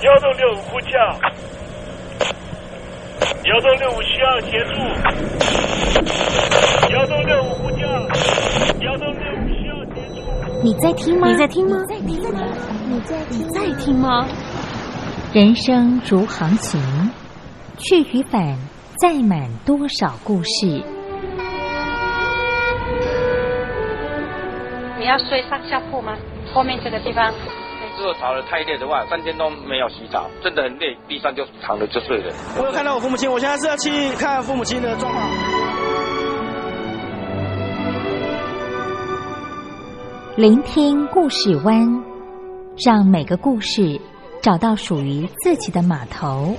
幺洞六五呼叫，幺洞六五需要协助，幺洞六五呼叫，幺洞六五需要协助。 你在听吗？ 你在听吗？ 你在听吗？ 人生如航行，去与返载满多少故事。 你要睡上下铺吗？后面这个地方。 如果吵得太累的话，3天都没有洗澡，真的很累，地上就躺着就睡了。 我有看到我父母亲，我现在是要去看父母亲的状况。 聆听故事湾，让每个故事找到属于自己的码头。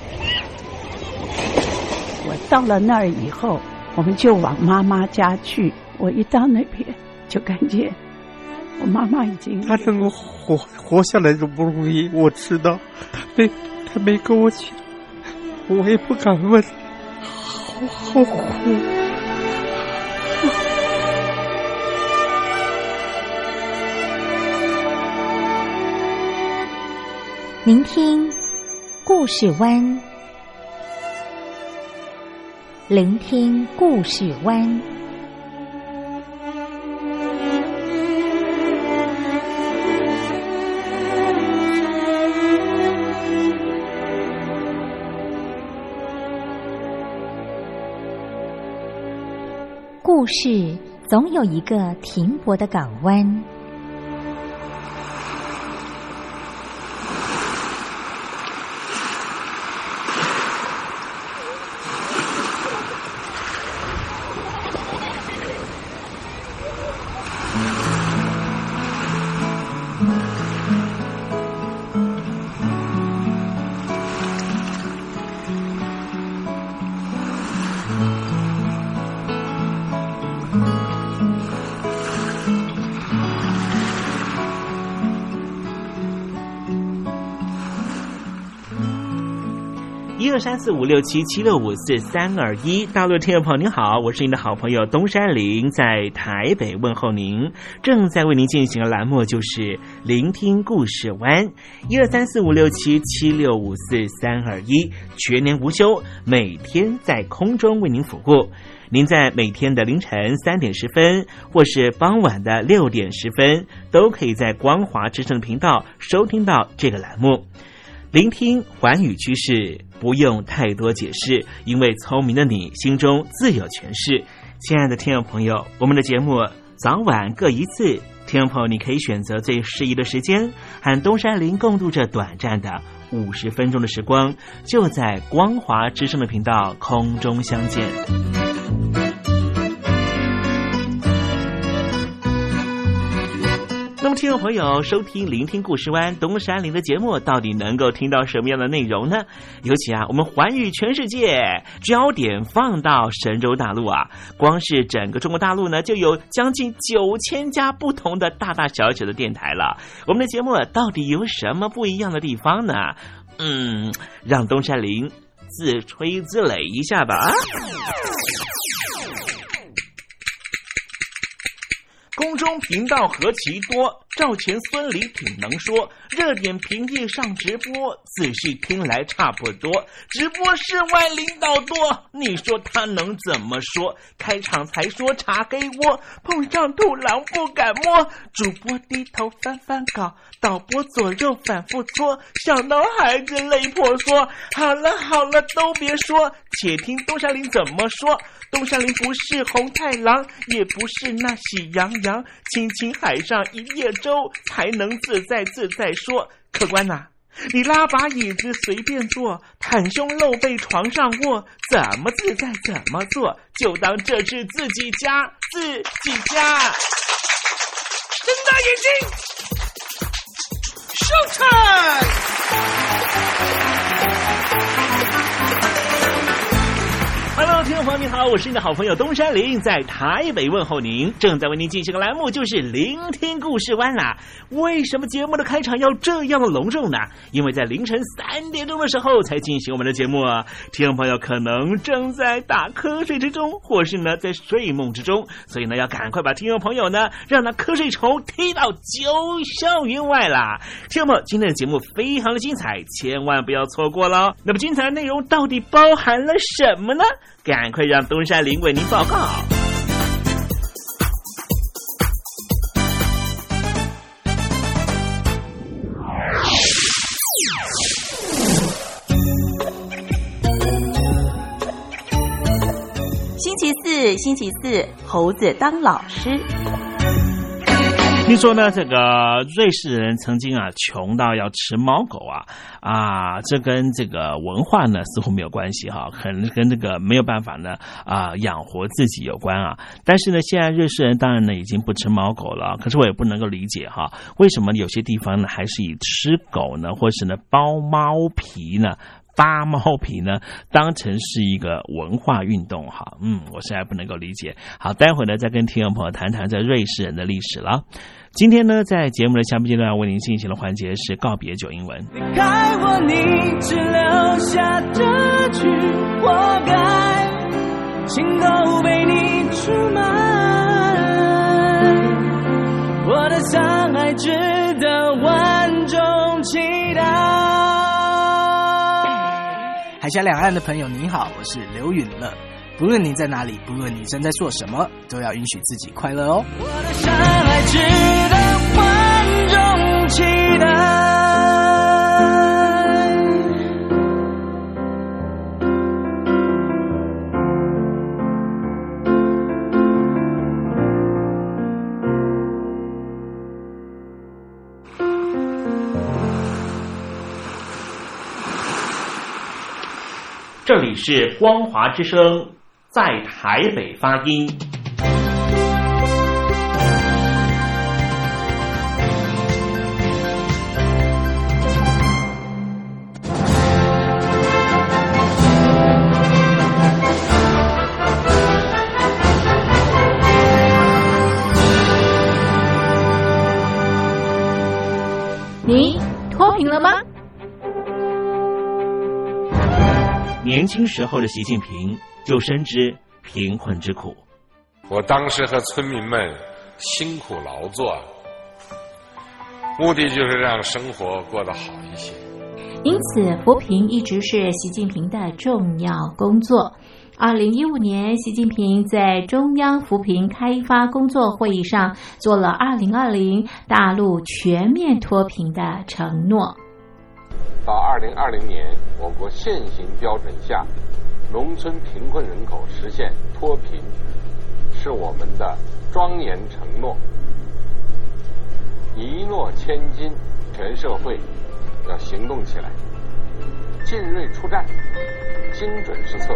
我到了那儿以后，我们就往妈妈家去。我一到那边，就感觉我妈妈已经， 她能够活下来就不容易，我知道。她没跟我讲，我也不敢问，好苦。 聆听故事湾，聆听故事湾。故事总有一个停泊的港湾。 123456776543221，大陆听众朋友您好，我是您的好朋友东山林，在台北问候您。正在为您进行的栏目就是聆听故事湾，123456776543221，全年无休，每天在空中为您服务。您在每天的凌晨3点10分，或是傍晚的6点10分，都可以在光华之声频道收听到这个栏目。聆听寰宇趋势，不用太多解释，因为聪明的你心中自有诠释。亲爱的听众朋友，我们的节目早晚各一次，听众朋友你可以选择最适宜的时间，和东山林共度这短暂的50分钟的时光，就在光华之声的频道空中相见。那么听众朋友收听聆听故事湾东山林的节目，到底能够听到什么样的内容呢？尤其我们寰宇全世界，焦点放到神州大陆光是整个中国大陆呢，就有将近9000家不同的大大小小的电台了。我们的节目到底有什么不一样的地方呢？让东山林自吹自擂一下吧。空中频道何其多，赵钱孙李挺能说，热点平地上直播，仔细听来差不多。直播室外领导多，你说他能怎么说？开场才说茶黑窝，碰上土狼不敢摸。主播低头翻翻稿，导播左右反复搓，想到孩子泪婆娑。好了好了，都别说，且听东山林怎么说。东山林不是红太狼，也不是那喜羊羊，亲亲海上一叶舟，才能自在自在说。客官你拉把椅子随便坐，袒胸露背床上卧，怎么自在怎么做，就当这是自己家，自己家。睁大眼睛 ，Show time！Hello， 听众朋友你好，我是你的好朋友东山林，在台北问候您。正在为您进行的栏目就是聆听故事湾啦。为什么节目的开场要这样的隆重呢？因为在凌晨3点钟的时候才进行我们的节目啊。听众朋友可能正在打瞌睡之中，或是呢在睡梦之中，所以呢要赶快把听众朋友呢让那瞌睡虫踢到9霄云外啦。听众朋友，今天的节目非常的精彩，千万不要错过了。那么精彩的内容到底包含了什么呢？赶快让东山林为您报告。 星期四，猴子当老师。 听说呢，这个瑞士人曾经穷到要吃猫狗这跟这个文化呢似乎没有关系哈，可能跟这个没有办法呢养活自己有关啊。但是呢，现在瑞士人当然呢已经不吃猫狗了，可是我也不能够理解哈，为什么有些地方呢还是以吃狗呢，或是呢扒猫皮呢当成是一个文化运动哈，我实在不能够理解。好，待会呢再跟听众朋友谈谈这瑞士人的历史了。今天呢在节目的下半阶段要为您进行的环节是告别9英文。 离开我你只留下这句活该，心都被你出卖，我的伤害值得万众期待。海峡两岸的朋友你好，我是刘允乐。不论你在哪里，不论你正在做什么，都要允许自己快乐哦。我的伤害值得万众期待。 这里是光华之声，在台北发音。 你脱贫了吗？ 年轻时候的习近平就深知贫困之苦。 我当时和村民们辛苦劳作，目的就是让生活过得好一些。 因此，扶贫一直是习近平的重要工作。2015年，习近平在中央扶贫开发工作会议上做了2020大陆全面脱贫的承诺。 到2020年，我国现行标准下，农村贫困人口实现脱贫，是我们的庄严承诺。一诺千金，全社会要行动起来，进锐出战，精准施策。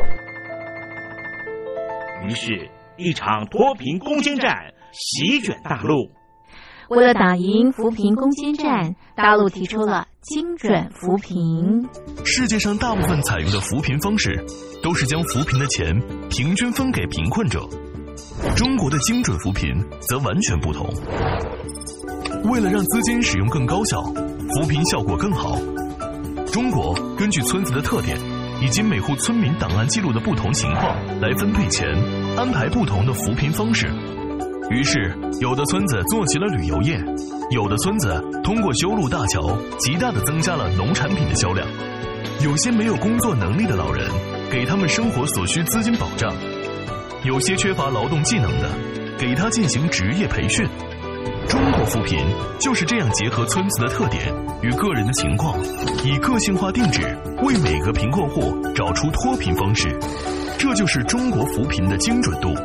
于是，一场脱贫攻坚战席卷大陆。 为了打赢扶贫攻坚战，大陆提出了精准扶贫。 世界上大部分采用的扶贫方式，都是将扶贫的钱平均分给贫困者。中国的精准扶贫则完全不同。为了让资金使用更高效，扶贫效果更好，中国根据村子的特点以及每户村民档案记录的不同情况来分配钱，安排不同的扶贫方式。于是，有的村子做起了旅游业，有的村子通过修路大桥，极大地增加了农产品的销量。有些没有工作能力的老人，给他们生活所需资金保障；有些缺乏劳动技能的，给他进行职业培训。中国扶贫就是这样结合村子的特点与个人的情况，以个性化定制为每个贫困户找出脱贫方式。这就是中国扶贫的精准度。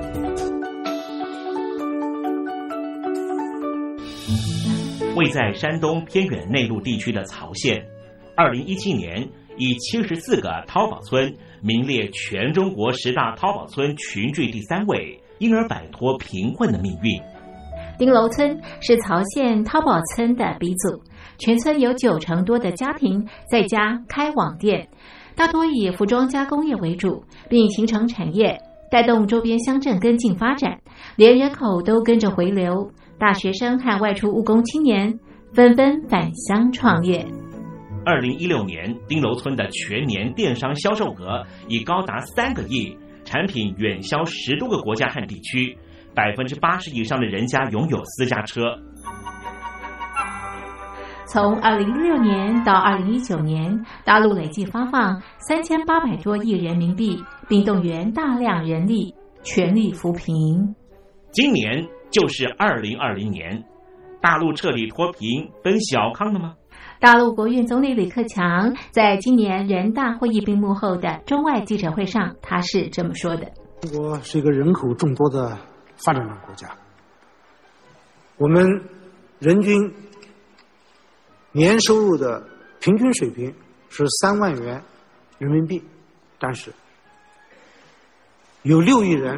位在山东偏远内陆地区的曹县，2017年以74个淘宝村名列全中国10大淘宝村群聚第3位，因而摆脱贫困的命运。 丁楼村是曹县淘宝村的鼻祖，全村有90%多的家庭在家开网店，大多以服装加工业为主，并形成产业。 带动周边乡镇跟进发展，连人口都跟着回流，大学生和外出务工青年纷纷返乡创业。 2016年，丁楼村的全年电商销售额已高达3个亿，产品远销10多个国家和地区，80%以上的人家拥有私家车。 从2016年到2019年，大陆累计发放3800多亿人民币，并动员大量人力，全力扶贫。 今年就是2020年，大陆彻底脱贫分小康了吗？ 大陆国务院总理李克强在今年人大会议闭幕后的中外记者会上，他是这么说的： 中国是一个人口众多的发展中国家，我们人均年收入的平均水平是3万元人民币，但是有6亿人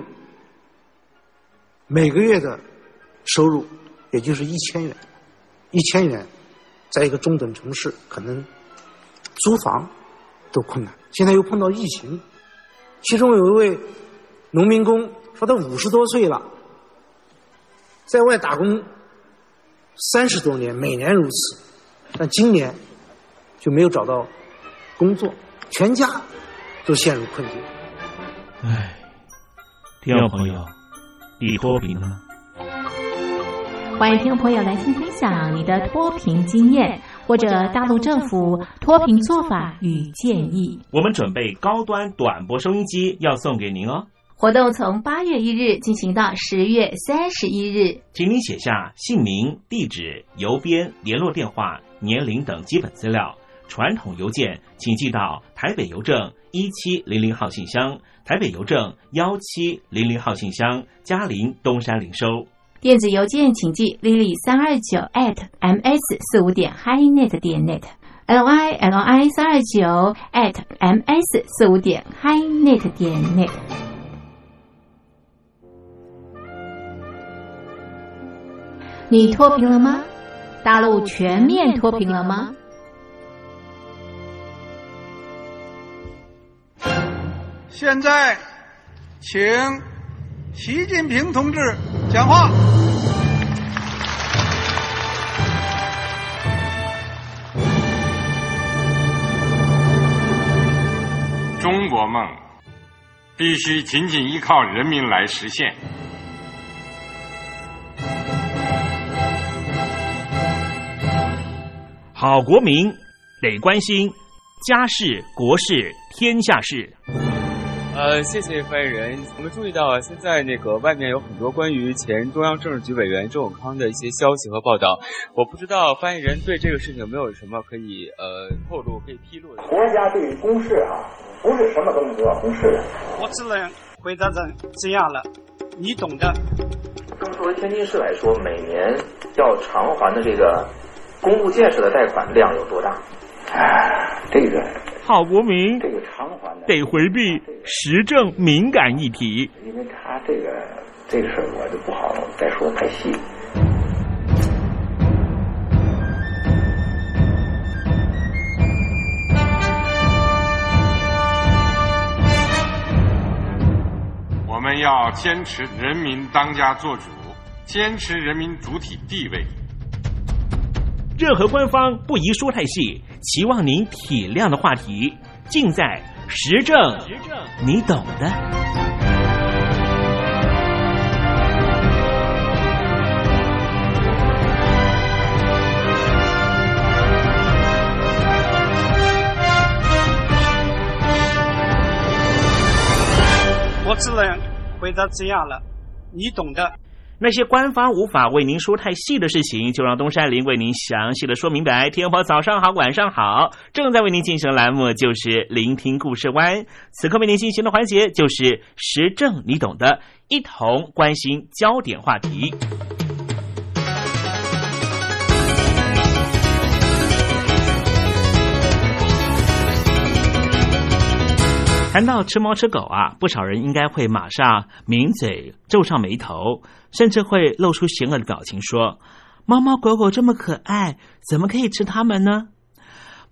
每个月的收入也就是1000元，1000元在一个中等城市可能租房都困难，现在又碰到疫情，其中有一位农民工说他50多岁了，在外打工30多年，每年如此，但今年就没有找到工作，全家都陷入困境。 唉，听众朋友，你脱贫了吗？ 欢迎听众朋友来信分享你的脱贫经验，或者大陆政府脱贫做法与建议。 我们准备高端短波收音机要送给您哦。 活动从8月1日进行到10月31日， 请您写下姓名、地址、邮编、联络电话、年龄等基本资料。传统邮件请寄到台北邮政1700号信箱，台北邮政1700号信箱，嘉陵东山零收。 电子邮件请寄 lily329@ms45.highnet.net lily329@ms45.highnet.net。你脱贫了吗？大陆全面脱贫了吗？ 现在，请习近平同志讲话。 中国梦必须紧紧依靠人民来实现。 好国民得关心家事、国事、天下事。 谢谢发言人。我们注意到现在外面有很多关于前中央政治局委员周永康的一些消息和报道，我不知道发言人对这个事情有没有什么可以透露、可以披露的。 国家对于公事不是什么东西都要公示的。 我只能回答成这样了，你懂的。 作为天津市来说，每年要偿还的这个公路建设的贷款量有多大？这个好国民这个偿还得回避时政敏感议题， 因为他这个事儿我就不好再说太细。 我们要坚持人民当家作主，坚持人民主体地位。 任何官方不宜说太细，期望您体谅的话题，尽在时政，你懂的。 我只能回答这样了，你懂的。 那些官方无法为您说太细的事情，就让东山林为您详细的说明白。天婆早上好，晚上好，正在为您进行的栏目就是聆听故事湾，此刻为您进行的环节就是时政你懂的，一同关心焦点话题。谈到吃猫吃狗不少人应该会马上抿嘴皱上眉头，甚至会露出嫌恶的表情说，猫猫狗狗这么可爱，怎么可以吃它们呢？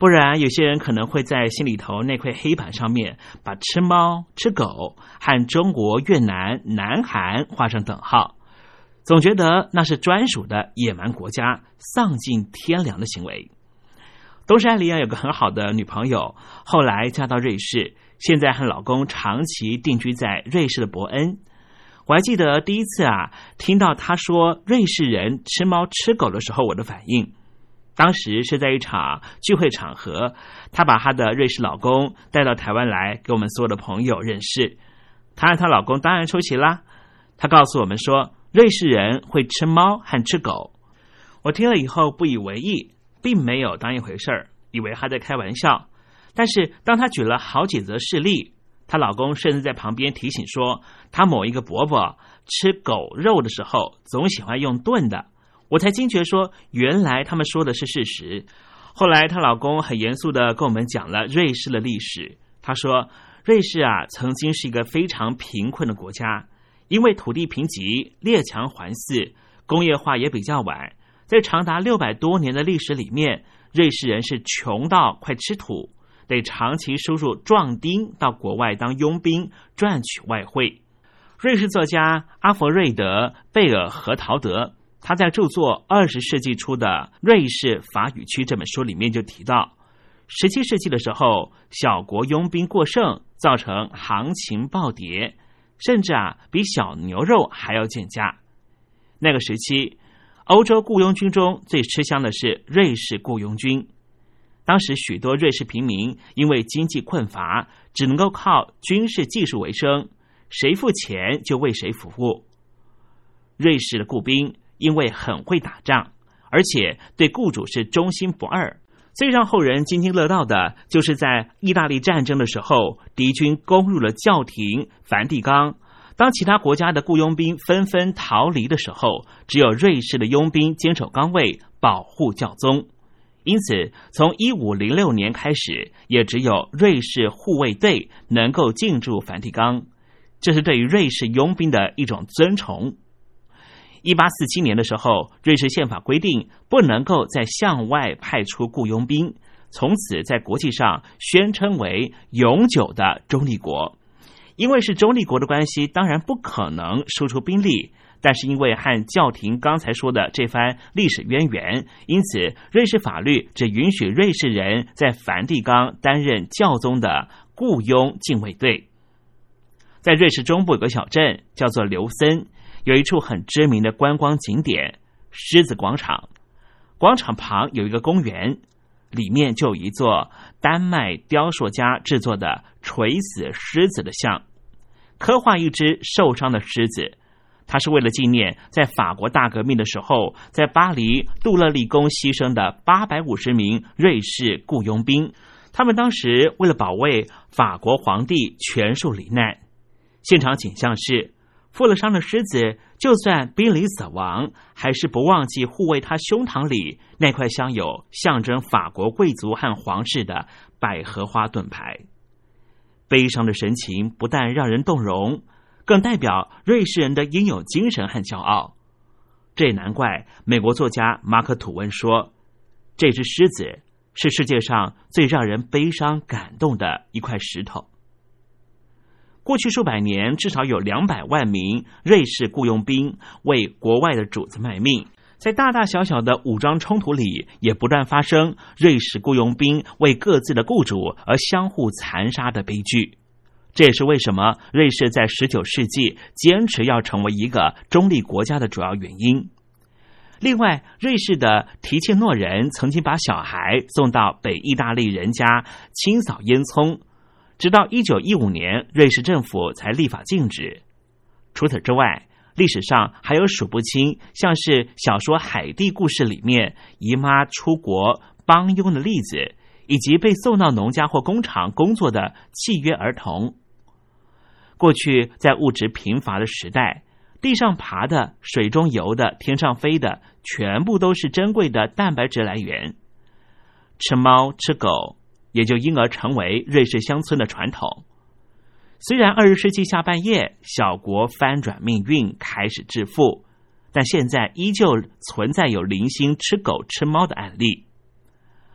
不然有些人可能会在心里头那块黑板上面把吃猫吃狗和中国、越南、南韩画上等号，总觉得那是专属的野蛮国家丧尽天良的行为。东山里有个很好的女朋友，后来嫁到瑞士，现在和老公长期定居在瑞士的伯恩。我还记得第一次听到她说瑞士人吃猫吃狗的时候，我的反应。当时是在一场聚会场合，她把她的瑞士老公带到台湾来给我们所有的朋友认识。她和她老公当然出席啦。她告诉我们说瑞士人会吃猫和吃狗。我听了以后不以为意，并没有当一回事儿，以为她在开玩笑。但是当她举了好几则事例，她老公甚至在旁边提醒说，她某一个伯伯吃狗肉的时候总喜欢用炖的。我才惊觉说，原来他们说的是事实。后来她老公很严肃地跟我们讲了瑞士的历史。他说瑞士曾经是一个非常贫困的国家，因为土地贫瘠，列强环伺，工业化也比较晚，在长达600多年的历史里面，瑞士人是穷到快吃土，得长期输入壮丁到国外当佣兵赚取外汇。瑞士作家阿弗瑞德·贝尔和陶德，他在著作20世纪初的《瑞士法语区》这本书里面就提到，17世纪的时候，小国佣兵过剩，造成行情暴跌，甚至比小牛肉还要贱价。那个时期，欧洲雇佣军中最吃香的是瑞士雇佣军。当时许多瑞士平民因为经济困乏，只能够靠军事技术为生，谁付钱就为谁服务。瑞士的雇兵因为很会打仗，而且对雇主是忠心不二，最让后人津津乐道的就是在意大利战争的时候，敌军攻入了教廷梵蒂冈，当其他国家的雇佣兵纷纷逃离的时候，只有瑞士的佣兵坚守岗位保护教宗。因此从1506年开始，也只有瑞士护卫队能够进驻梵蒂冈，这是对于瑞士佣兵的一种尊崇。1847年的时候，瑞士宪法规定不能够再向外派出雇佣兵，从此在国际上宣称为永久的中立国。因为是中立国的关系，当然不可能输出兵力，但是因为和教廷刚才说的这番历史渊源，因此瑞士法律只允许瑞士人在梵蒂冈担任教宗的雇佣禁卫队。在瑞士中部有个小镇叫做刘森，有一处很知名的观光景点狮子广场。广场旁有一个公园，里面就有一座丹麦雕塑家制作的垂死狮子的像，刻画一只受伤的狮子。它是为了纪念在法国大革命的时候，在巴黎杜勒利宫牺牲的850名瑞士雇佣兵，他们当时为了保卫法国皇帝全数罹难。现场景象是负了伤的狮子，就算濒临死亡，还是不忘记护卫他胸膛里那块镶有象征法国贵族和皇室的百合花盾牌。悲伤的神情不但让人动容，更代表瑞士人的应有精神和骄傲。这也难怪美国作家马可·吐温说，这只狮子是世界上最让人悲伤感动的一块石头。过去数百年，至少有200万名瑞士雇佣兵为国外的主子卖命，在大大小小的武装冲突里，也不断发生瑞士雇佣兵为各自的雇主而相互残杀的悲剧。这也是为什么瑞士在19世纪坚持要成为一个中立国家的主要原因。另外，瑞士的提契诺人曾经把小孩送到北意大利人家清扫烟囱，直到1915年，瑞士政府才立法禁止。除此之外，历史上还有数不清像是小说《海蒂故事》里面姨妈出国帮佣的例子，以及被送到农家或工厂工作的契约儿童。过去在物质贫乏的时代，地上爬的、水中游的、天上飞的，全部都是珍贵的蛋白质来源。吃猫吃狗也就因而成为瑞士乡村的传统。虽然20世纪下半叶小国翻转命运开始致富，但现在依旧存在有零星吃狗吃猫的案例。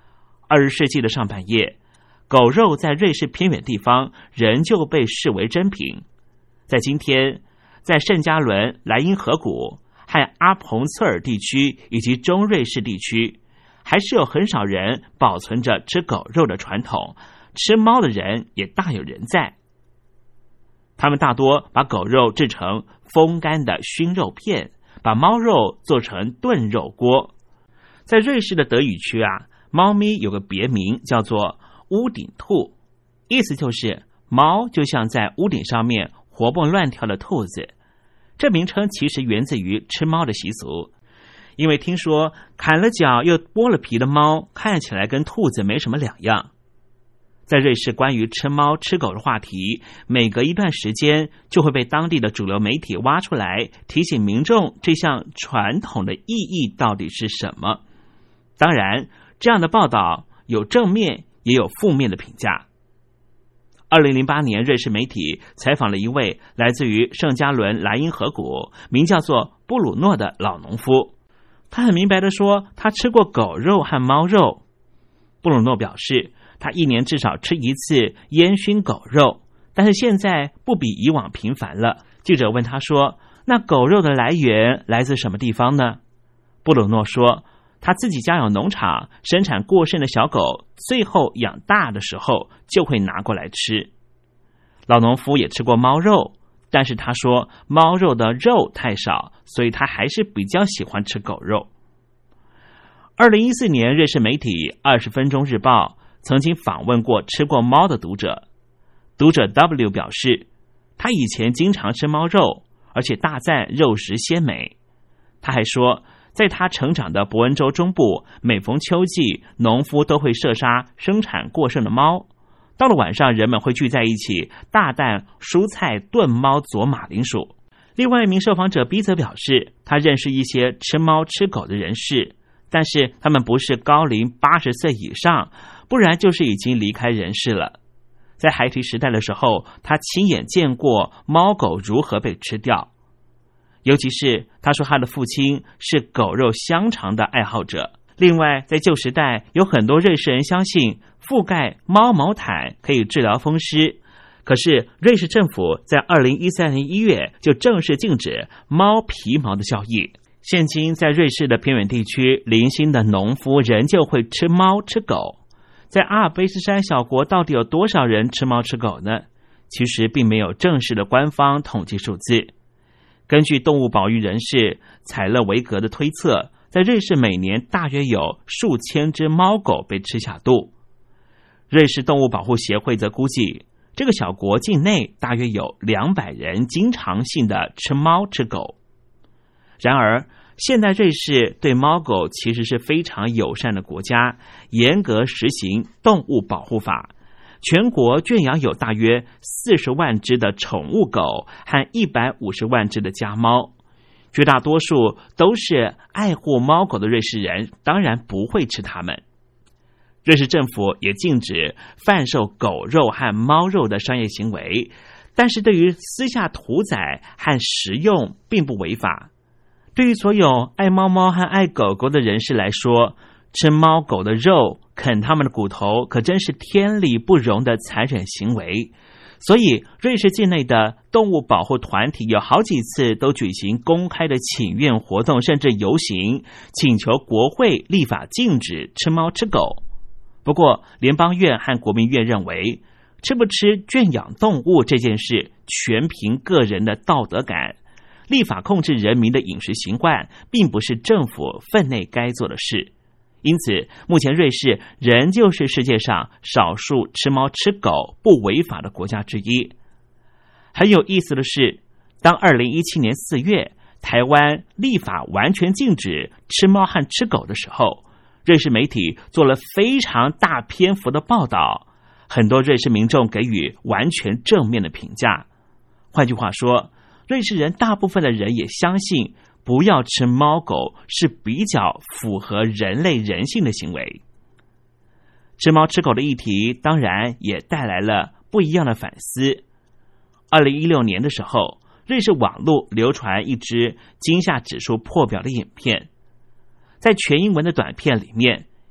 20世纪的上半叶，狗肉在瑞士偏远地方仍旧被视为珍品。在今天，在圣加伦、莱茵河谷和阿彭策尔地区以及中瑞士地区，还是有很少人保存着吃狗肉的传统，吃猫的人也大有人在。他们大多把狗肉制成风干的熏肉片，把猫肉做成炖肉锅。在瑞士的德语区猫咪有个别名叫做屋顶兔，意思就是猫就像在屋顶上面活蹦乱跳的兔子。这名称其实源自于吃猫的习俗，因为听说砍了脚又剥了皮的猫看起来跟兔子没什么两样。在瑞士，关于吃猫吃狗的话题，每隔一段时间就会被当地的主流媒体挖出来，提醒民众这项传统的意义到底是什么。当然，这样的报道有正面也有负面的评价。2008年，瑞士媒体采访了一位来自于圣加伦莱茵河谷，名叫做布鲁诺的老农夫。他很明白地说，他吃过狗肉和猫肉。布鲁诺表示，他一年至少吃一次烟熏狗肉，但是现在不比以往频繁了。记者问他说，那狗肉的来源来自什么地方呢？布鲁诺说，他自己家有农场，生产过剩的小狗，最后养大的时候就会拿过来吃。老农夫也吃过猫肉，但是他说猫肉的肉太少，所以他还是比较喜欢吃狗肉。2014年，瑞士媒体20分钟日报曾经访问过吃过猫的读者，读者 W 表示，他以前经常吃猫肉，而且大赞肉食鲜美。他还说，在他成长的伯恩州中部，每逢秋季，农夫都会射杀生产过剩的猫。到了晚上，人们会聚在一起，大啖蔬菜炖猫佐马铃薯。另外一名受访者 B 则表示，他认识一些吃猫吃狗的人士，但是他们不是高龄80岁以上，不然就是已经离开人世了。在孩提时代的时候，他亲眼见过猫狗如何被吃掉。尤其是他说他的父亲是狗肉香肠的爱好者。另外，在旧时代，有很多瑞士人相信覆盖猫毛毯可以治疗风湿。可是瑞士政府在2013年1月就正式禁止猫皮毛的交易。现今在瑞士的偏远地区，零星的农夫仍旧会吃猫吃狗。在阿尔卑斯山小国，到底有多少人吃猫吃狗呢？其实并没有正式的官方统计数字。根据动物保育人士采勒维格的推测，在瑞士每年大约有数千只猫狗被吃下肚。瑞士动物保护协会则估计，这个小国境内大约有200人经常性的吃猫吃狗。然而，现代瑞士对猫狗其实是非常友善的国家，严格实行动物保护法。全国圈养有大约40万只的宠物狗和150万只的家猫，绝大多数都是爱护猫狗的瑞士人，当然不会吃它们。瑞士政府也禁止贩售狗肉和猫肉的商业行为，但是对于私下屠宰和食用并不违法。对于所有爱猫猫和爱狗狗的人士来说，吃猫狗的肉，啃它们的骨头，可真是天理不容的残忍行为。所以，瑞士境内的动物保护团体有好几次都举行公开的请愿活动，甚至游行，请求国会立法禁止吃猫吃狗。不过，联邦院和国民院认为，吃不吃圈养动物这件事全凭个人的道德感，立法控制人民的饮食习惯，并不是政府分内该做的事。因此，目前瑞士仍旧是世界上少数吃猫吃狗不违法的国家之一。很有意思的是，当2017年4月台湾立法完全禁止吃猫和吃狗的时候，瑞士媒体做了非常大篇幅的报道，很多瑞士民众给予完全正面的评价。换句话说，瑞士人大部分的人也相信不要吃猫狗是比较符合人类人性的行为。吃猫吃狗的议题当然也带来了不一样的反思。2016年的时候，瑞士网络流传一支惊吓指数破表的影片。在全英文的短片里面，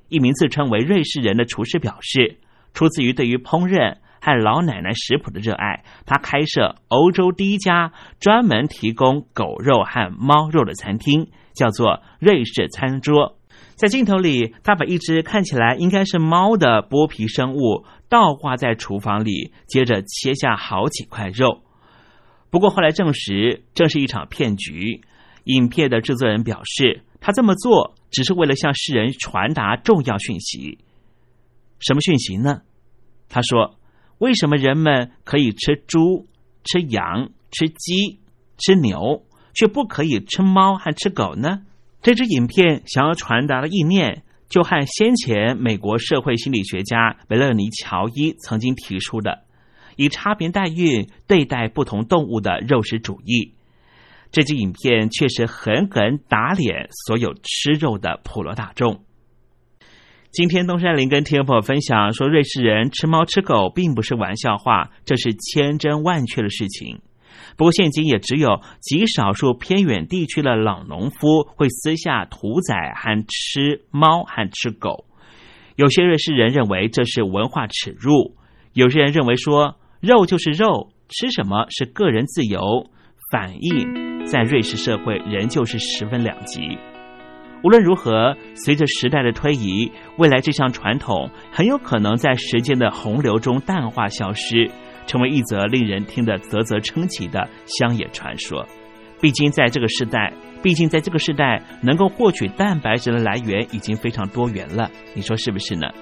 一名自称为瑞士人的厨师表示，出自于对于烹饪和老奶奶食谱的热爱，他开设欧洲第一家专门提供狗肉和猫肉的餐厅，叫做瑞士餐桌。在镜头里，他把一只看起来应该是猫的剥皮生物倒挂在厨房里，接着切下好几块肉。不过后来证实，这是一场骗局。影片的制作人表示，他这么做只是为了向世人传达重要讯息。什么讯息呢？他说，为什么人们可以吃猪、吃羊、吃鸡、吃牛，却不可以吃猫和吃狗呢？这支影片想要传达的意念，就和先前美国社会心理学家梅勒尼·乔伊曾经提出的以差别待遇对待不同动物的肉食主义。这支影片确实狠狠打脸所有吃肉的普罗大众。今天东山林跟听众朋友分享说，瑞士人吃猫吃狗并不是玩笑话，这是千真万确的事情。不过现今也只有极少数偏远地区的老农夫会私下屠宰和吃猫和吃狗。有些瑞士人认为这是文化耻辱，有些人认为说肉就是肉，吃什么是个人自由，反映在瑞士社会仍旧是十分两极。无论如何，随着时代的推移，未来这项传统很有可能在时间的洪流中淡化消失，成为一则令人听得啧啧称奇的乡野传说。毕竟在这个时代，能够获取蛋白质的来源已经非常多元了，你说是不是呢？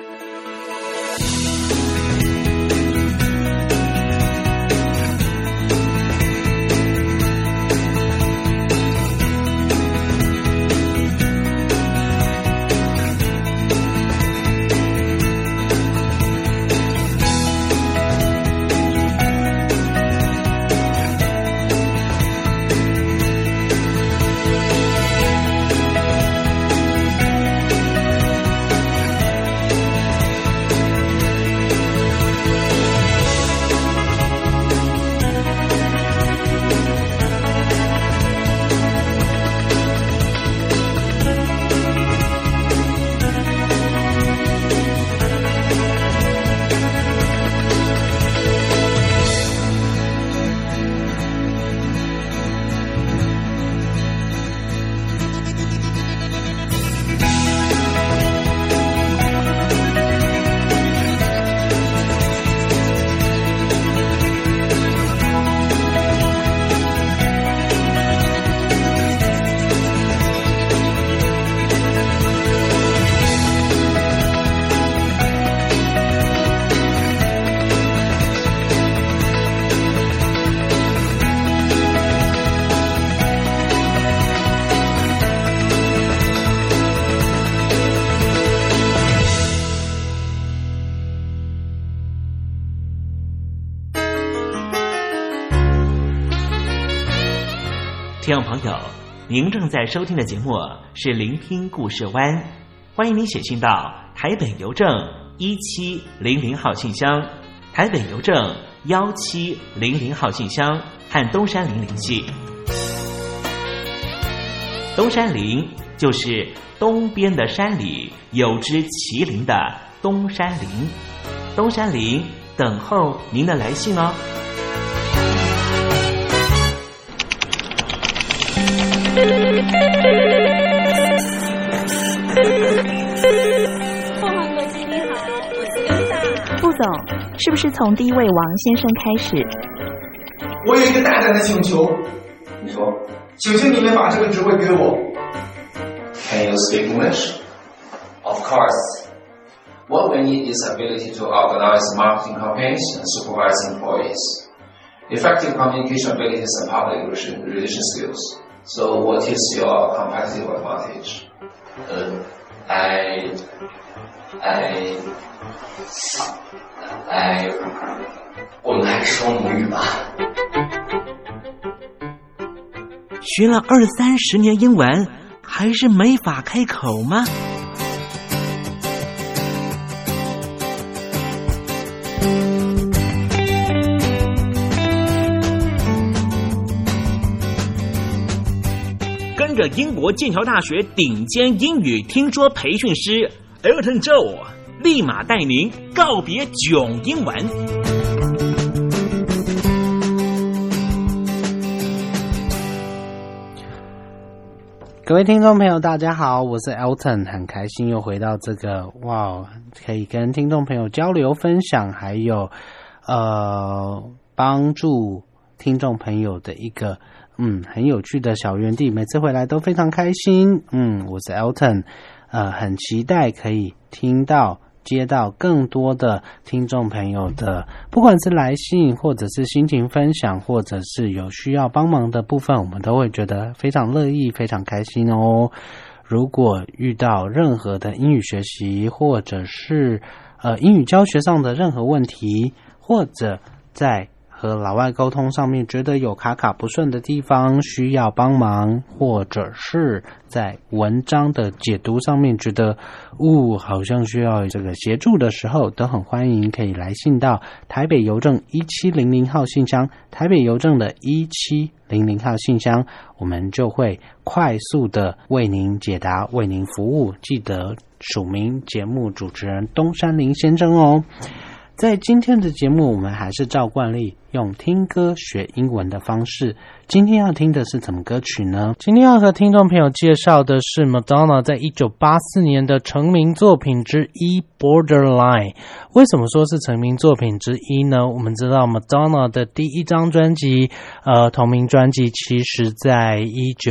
听众朋友，您正在收听的节目是聆听故事湾，欢迎您写信到台北邮政1700号信箱，台北邮政1700号信箱，和东山林联系。东山林就是东边的山里有只麒麟的东山林，东山林等候您的来信哦。 凤凰国际你好，我是刘大。 副总，是不是从第一位王先生开始？ 我有一个大胆的请求，你说，请你们把这个职位给我。 Can you speak English? Of course. What we need is ability to organize marketing campaigns and supervise employees. Effective communication abilities and public relation skills. So what is your competitive advantage? 我们还是说母语吧。 学了20-30年英文，还是没法开口吗？跟着英国剑桥大学顶尖英语听说培训师 Elton Joe 立马带您告别囧英文。 各位听众朋友大家好，我是 Elton， 很开心又回到这个可以跟听众朋友交流分享，还有帮助听众朋友的一个很有趣的小园地，每次回来都非常开心。我是 Elton， 很期待可以接到更多的听众朋友的，不管是来信或者是心情分享，或者是有需要帮忙的部分，我们都会觉得非常乐意，非常开心哦。如果遇到任何的英语学习，或者是英语教学上的任何问题，或者在和老外沟通上面觉得有卡不顺的地方需要帮忙，或者是在文章的解读上面觉得好像需要这个协助的时候，都很欢迎可以来信到台北邮政1700号信箱，台北邮政的1700号信箱，我们就会快速的为您解答，为您服务，记得署名节目主持人东山林先生哦。在今天的节目，我们还是照惯例用听歌学英文的方式。今天要听的是什么歌曲呢？今天要和听众朋友介绍的是 Madonna 在1984年的成名作品之一 Borderline。 为什么说是成名作品之一呢？我们知道 Madonna 的第一张专辑同名专辑其实在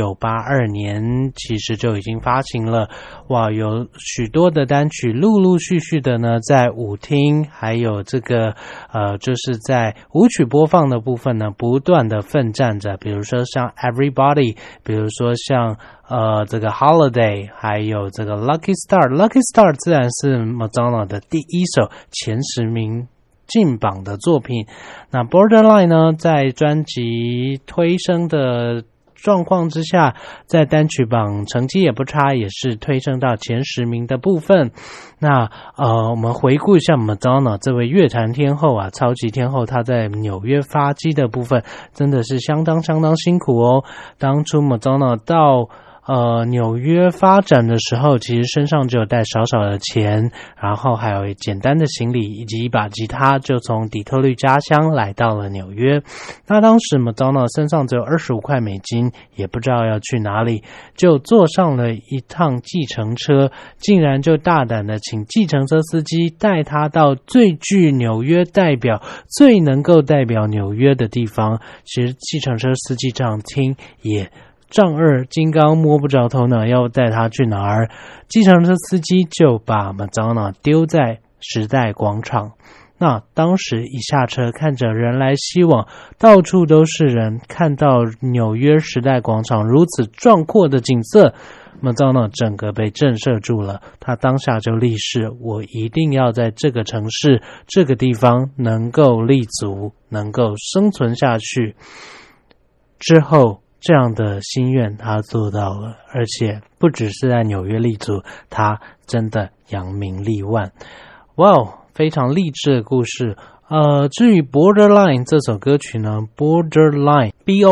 1982年其实就已经发行了，有许多的单曲陆陆续续的呢在舞厅还有这个就是在舞曲播放的部分呢不断的奋战着，比如说像 Everybody， 比如说像这个 Holiday， 还有这个 Lucky Star。Lucky Star 自然是 Madonna 的第一首前10名进榜的作品。那 Borderline 呢，在专辑推升的状况之下，在单曲榜成绩也不差，也是推升到前10名的部分。那我们回顾一下 Madonna 这位乐坛天后超级天后，她在纽约发迹的部分真的是相当辛苦哦。当初 Madonna 到纽约发展的时候，其实身上只有带少少的钱，然后还有简单的行李以及一把吉他，就从底特律家乡来到了纽约。那当时 Madonna 身上只有25块美金，也不知道要去哪里，就坐上了一趟计程车，竟然就大胆的请计程车司机带他到最具纽约代表、最能够代表纽约的地方。其实计程车司机这样听也丈二金刚摸不着头脑，要带他去哪儿？计程车司机就把 Madonna 丢在时代广场。那当时一下车，看着人来熙往，到处都是人，看到纽约时代广场如此壮阔的景色， Madonna 整个被震慑住了。他当下就立誓，我一定要在这个城市、这个地方能够立足，能够生存下去。之后这样的心愿他做到了，而且不只是在纽约立足，他真的扬名立万。非常励志的故事。至于 Borderline 这首歌曲呢， Borderline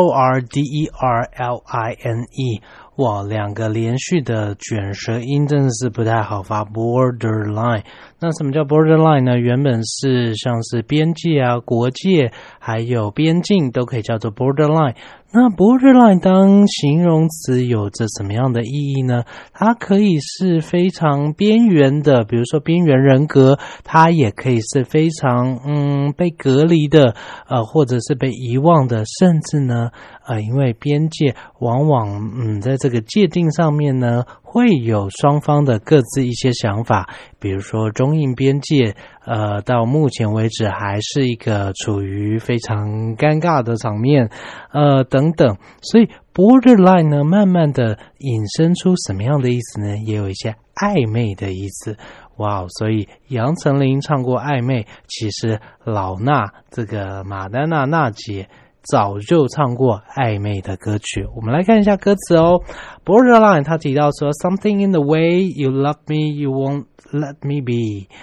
B-O-R-D-E-R-L-I-N-E， 两个连续的卷舌音真的是不太好发。 Borderline， 那什么叫 Borderline 呢？原本是像是边界国界还有边境都可以叫做 Borderline。那 Borderline 当形容词有着什么样的意义呢？它可以是非常边缘的，比如说边缘人格，它也可以是非常被隔离的，或者是被遗忘的，甚至呢因为边界往往在这个界定上面呢会有双方的各自一些想法，比如说中印边界到目前为止还是一个处于非常尴尬的场面等等。所以 Borderline 呢慢慢的引申出什么样的意思呢？也有一些暧昧的意思。所以杨丞琳唱过暧昧，其实老衲这个马丹娜娜姐早就唱过暧昧的歌曲。我们来看一下歌词哦。 Borderline 他提到说 Something in the way you love me, you won't let me be。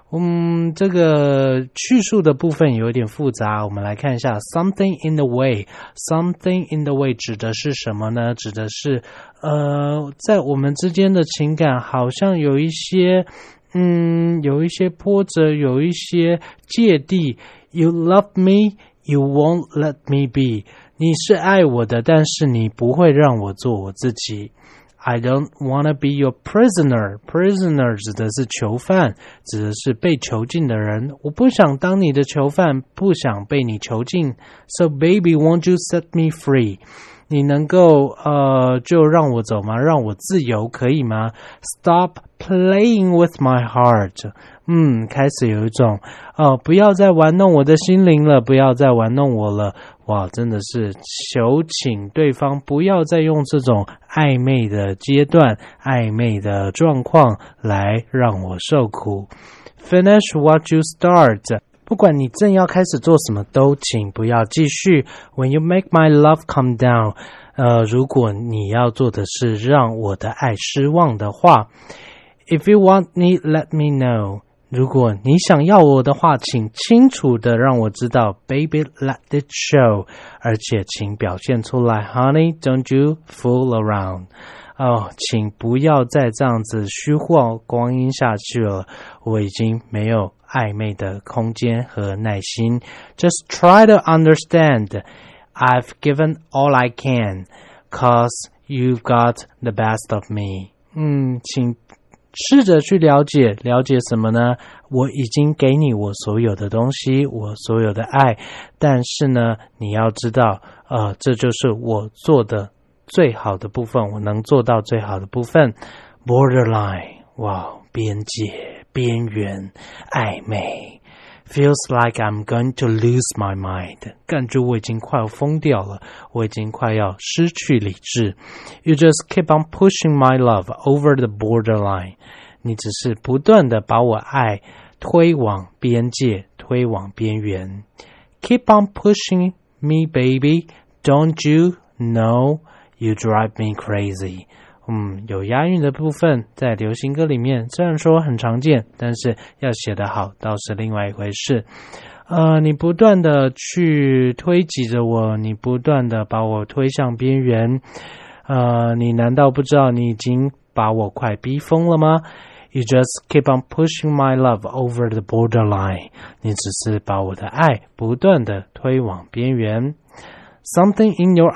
这个叙述的部分有点复杂，我们来看一下 something in the way。 something in the way 指的是什么呢？指的是在我们之间的情感好像有一些波折，有一些芥蒂。 You love me, you won't let me be。 你是爱我的，但是你不会让我做我自己。I don't wanna be your prisoner. Prisoner 指的是囚犯，指的是被囚禁的人。我不想当你的囚犯，不想被你囚禁。So baby, won't you set me free? 你能够就让我走吗？让我自由可以吗？ Stop playing with my heart. 开始有一种不要再玩弄我的心灵了，不要再玩弄我了。哇，真的是求请对方不要再用这种暧昧的阶段、暧昧的状况来让我受苦。Finish what you start. 不管你正要开始做什么都请不要继续。When you make my love come down. 如果你要做的是让我的爱失望的话。If you want me, let me know. 如果你想要我的话，请清楚的让我知道 Baby, let it show. 而且请表现出来 Honey, don't you fool around. 请不要再这样子虚晃光阴下去了，我已经没有暧昧的空间和耐心。Just try to understand. I've given all I can, 'cause you've got the best of me. 请试着去了解什么呢？我已经给你我所有的东西，我所有的爱，但是呢，你要知道，这就是我做的最好的部分，我能做到最好的部分。Borderline， 哇，边界、边缘、暧昧。Feels like I'm going to lose my mind. 感觉我已经快要疯掉了，我已经快要失去理智。You just keep on pushing my love over the borderline. 你只是不断的把我爱推往边界，推往边缘。Keep on pushing me, baby. Don't you know you drive me crazy?有押韵的部分在流行歌里面虽然说很常见，但是要写得好倒是另外一回事。你不断的去推挤着我，你不断的把我推向边缘，你难道不知道你已经把我快逼疯了吗？ You just keep on pushing my love over the borderline. 你只是把我的爱不断的推往边缘。Something in your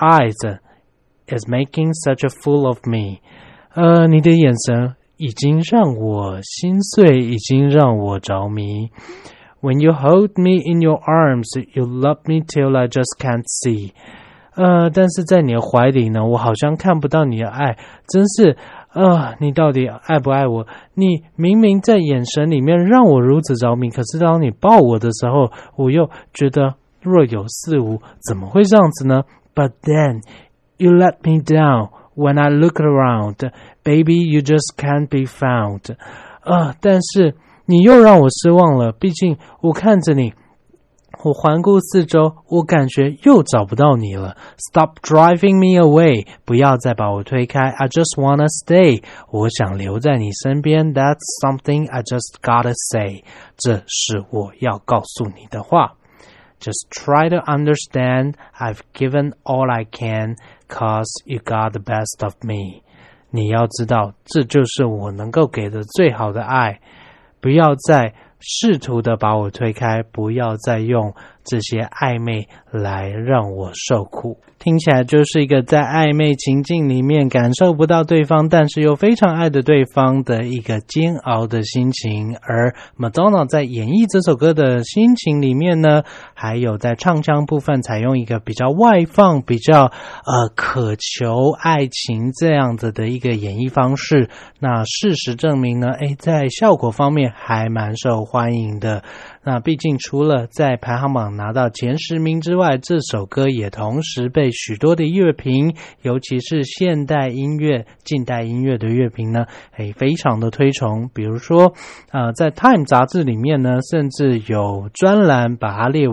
eyes.is making such a fool of me. 你的眼神已经让我心碎，已经让我着迷。When you hold me in your arms, you love me till I just can't see. 但是在你的怀里呢，我好像看不到你的爱，真是你到底爱不爱我？你明明在眼神里面让我如此着迷，可是当你抱我的时候，我又觉得若有似无，怎么会这样子呢？ But then,You let me down when I look around. Baby, you just can't be found. 但是你又让我失望了，毕竟我看着你，我环顾四周，我感觉又找不到你了。Stop driving me away. 不要再把我推开。I just wanna stay. 我想留在你身边。That's something I just gotta say. 这是我要告诉你的话。Just try to understand. I've given all I can.Cause you got the best of me. 你要知道，这就是我能够给的最好的爱。不要再试图的把我推开，不要再用这些暧昧来让我受苦。听起来就是一个在暧昧情境里面感受不到对方，但是又非常爱的对方的一个煎熬的心情。而 Madonna 在演绎这首歌的心情里面呢，还有在唱腔部分采用一个比较外放、比较渴求爱情这样子的一个演绎方式。那事实证明呢，在效果方面还蛮受欢迎的。那毕竟除了在排行榜拿到前10名之外，这首歌也同时被许多的乐评，尤其是现代音乐、近代音乐的乐评呢，非常的推崇。比如说在 Time 杂志里面呢，甚至有专栏把它列为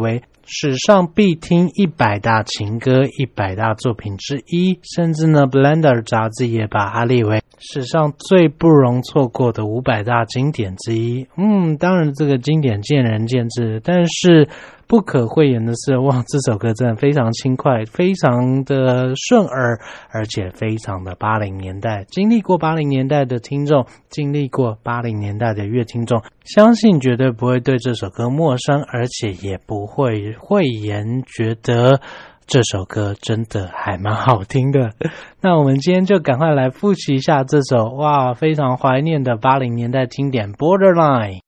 史上必听100大情歌100大作品之一，甚至呢 Blender 杂志也把它列为史上最不容错过的500大经典之一。当然这个经典见仁见智，但是不可讳言的是，哇，这首歌真的非常轻快，非常的顺耳，而且非常的80年代。经历过80年代的听众，经历过80年代的乐听众，相信绝对不会对这首歌陌生，而且也不会讳言觉得这首歌真的还蛮好听的。那我们今天就赶快来复习一下这首哇非常怀念的80年代经典 Borderline。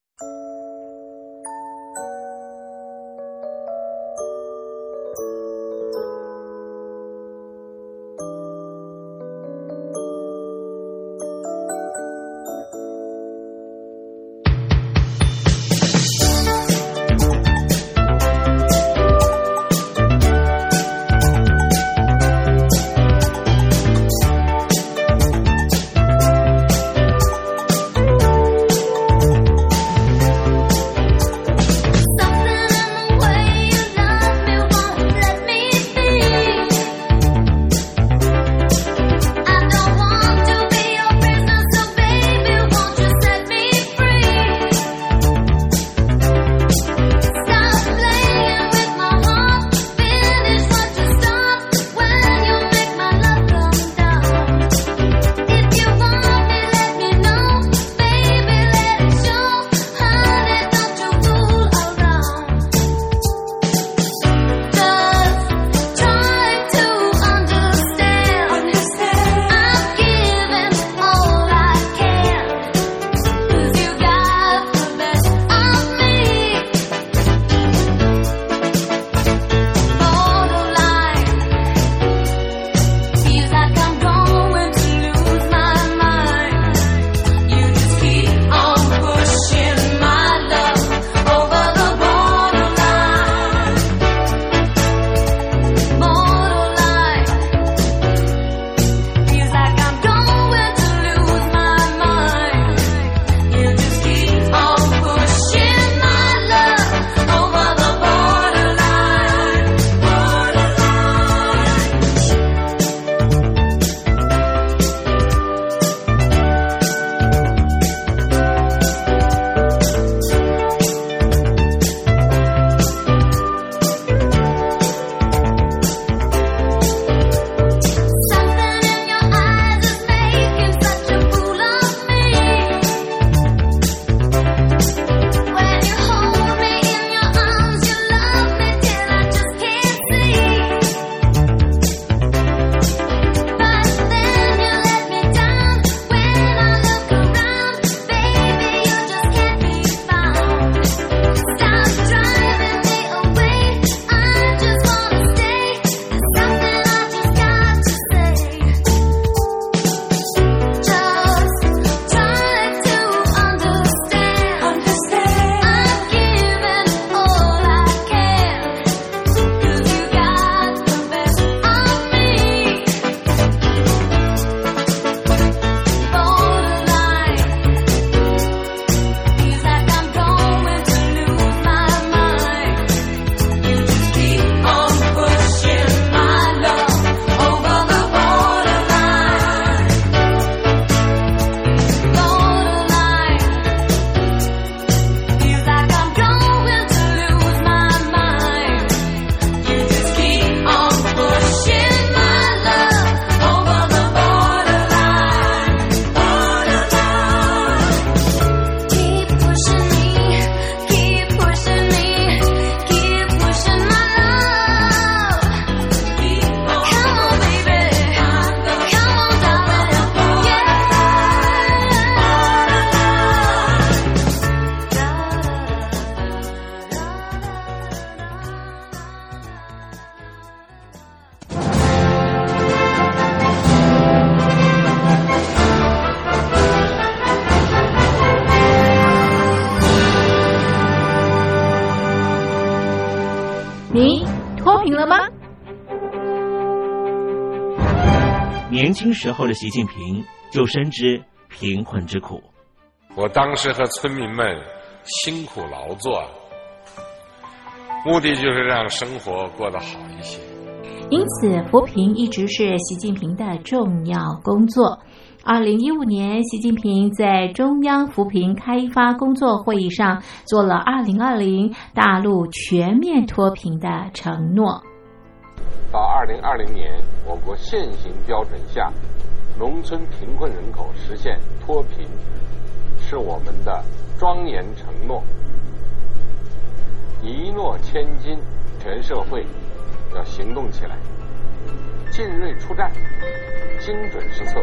你脱贫了吗？ 年轻时候的习近平就深知贫困之苦。 我当时和村民们辛苦劳作， 目的就是让生活过得好一些。 因此，扶贫一直是习近平的重要工作。2015年，习近平在中央扶贫开发工作会议上做了2020大陆全面脱贫的承诺。 到2020年，我国现行标准下，农村贫困人口实现脱贫，是我们的庄严承诺。一诺千金，全社会要行动起来，进锐出战，精准施策。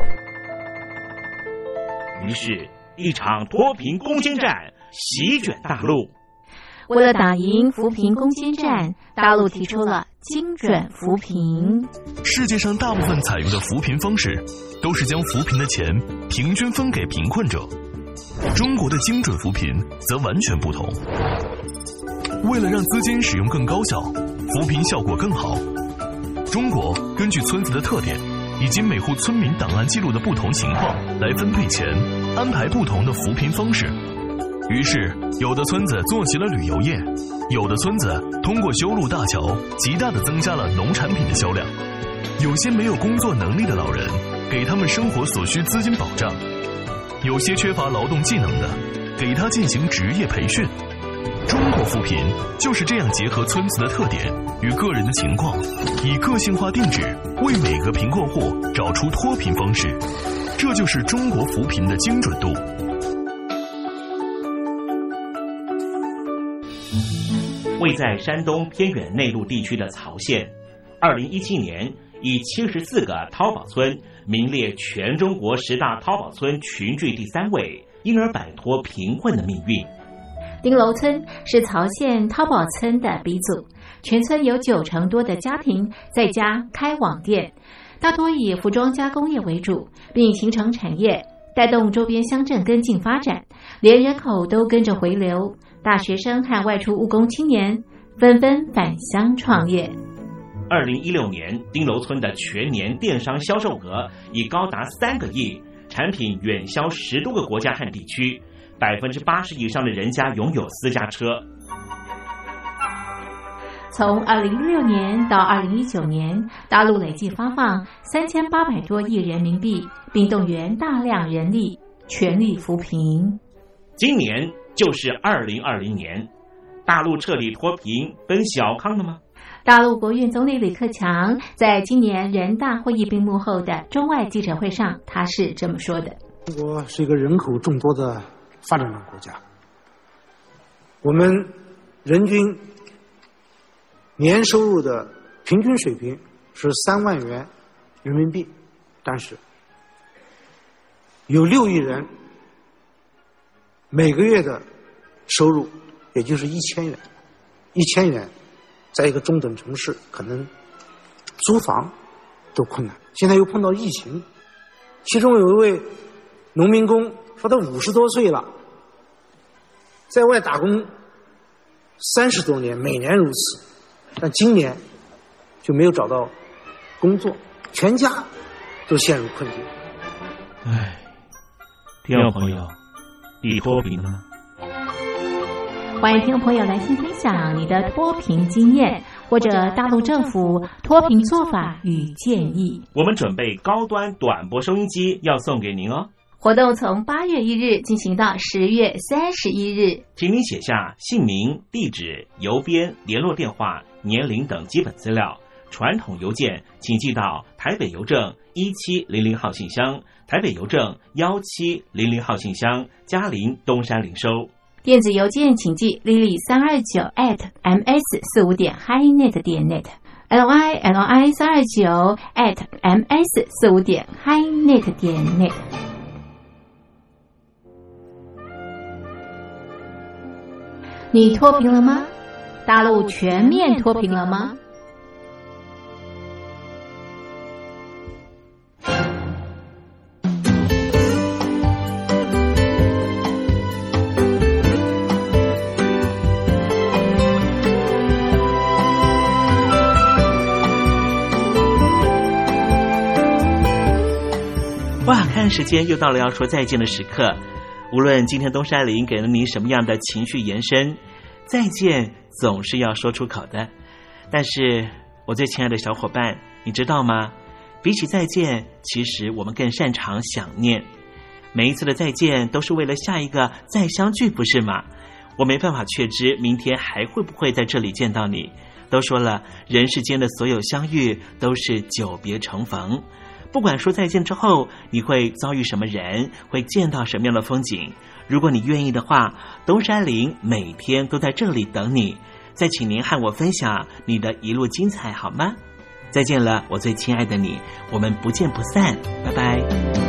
于是，一场脱贫攻坚战席卷大陆。 为了打赢扶贫攻坚战，大陆提出了精准扶贫。 世界上大部分采用的扶贫方式，都是将扶贫的钱平均分给贫困者。中国的精准扶贫则完全不同。为了让资金使用更高效，扶贫效果更好，中国根据村子的特点以及每户村民档案记录的不同情况来分配钱，安排不同的扶贫方式。于是，有的村子做起了旅游业，有的村子通过修路大桥，极大地增加了农产品的销量。有些没有工作能力的老人，给他们生活所需资金保障；有些缺乏劳动技能的，给他进行职业培训。中国扶贫就是这样结合村子的特点与个人的情况，以个性化定制为每个贫困户找出脱贫方式，这就是中国扶贫的精准度。 位在山东偏远内陆地区的曹县，2017年以74个淘宝村名列全中国10大淘宝村群聚第3位，因而摆脱贫困的命运。 丁楼村是曹县淘宝村的鼻祖，全村有90%多的家庭在家开网店，大多以服装加工业为主，并形成产业，带动周边乡镇跟进发展，连人口都跟着回流，大学生和外出务工青年纷纷返乡创业。 2016年，丁楼村的全年电商销售额已高达3个亿，产品远销10多个国家和地区，80%以上的人家拥有私家车。 从2016年到2019年，大陆累计发放3800多亿人民币，并动员大量人力，全力扶贫。 今年就是2020年，大陆彻底脱贫奔小康了吗？ 大陆国务院总理李克强在今年人大会议闭幕后的中外记者会上，他是这么说的： 中国是一个人口众多的发展中国家，我们人均年收入的平均水平是3万元人民币，但是有6亿人每个月的收入也就是1000元，1000元在一个中等城市可能租房都困难。现在又碰到疫情，其中有一位农民工说他50多岁了，在外打工30多年，每年如此，但今年就没有找到工作，全家都陷入困境。 听众朋友，你脱贫了吗？ 欢迎听众朋友来信分享你的脱贫经验，或者大陆政府脱贫做法与建议。 我们准备高端短波收音机要送给您哦。 活动从8月1日进行到10月31日， 请您写下姓名、地址、邮编、联络电话、年龄等基本资料。传统邮件请寄到台北邮政1700号信箱，台北邮政1700号信箱，嘉林东山零收。 电子邮件请寄 lily329@ms45.highnet.net lily329@ms45.highnet.net。你脱贫了吗？大陆全面脱贫了吗？ 哇，看时间又到了要说再见的时刻。无论今天东山林给了您什么样的情绪延伸， 再见总是要说出口的。但是我最亲爱的小伙伴，你知道吗？比起再见，其实我们更擅长想念。每一次的再见都是为了下一个再相聚，不是吗？我没办法确知明天还会不会在这里见到你。都说了，人世间的所有相遇都是久别重逢。不管说再见之后你会遭遇什么人，会见到什么样的风景，如果你愿意的话，东山林每天都在这里等你。再请您和我分享你的一路精彩好吗？再见了，我最亲爱的你，我们不见不散，拜拜。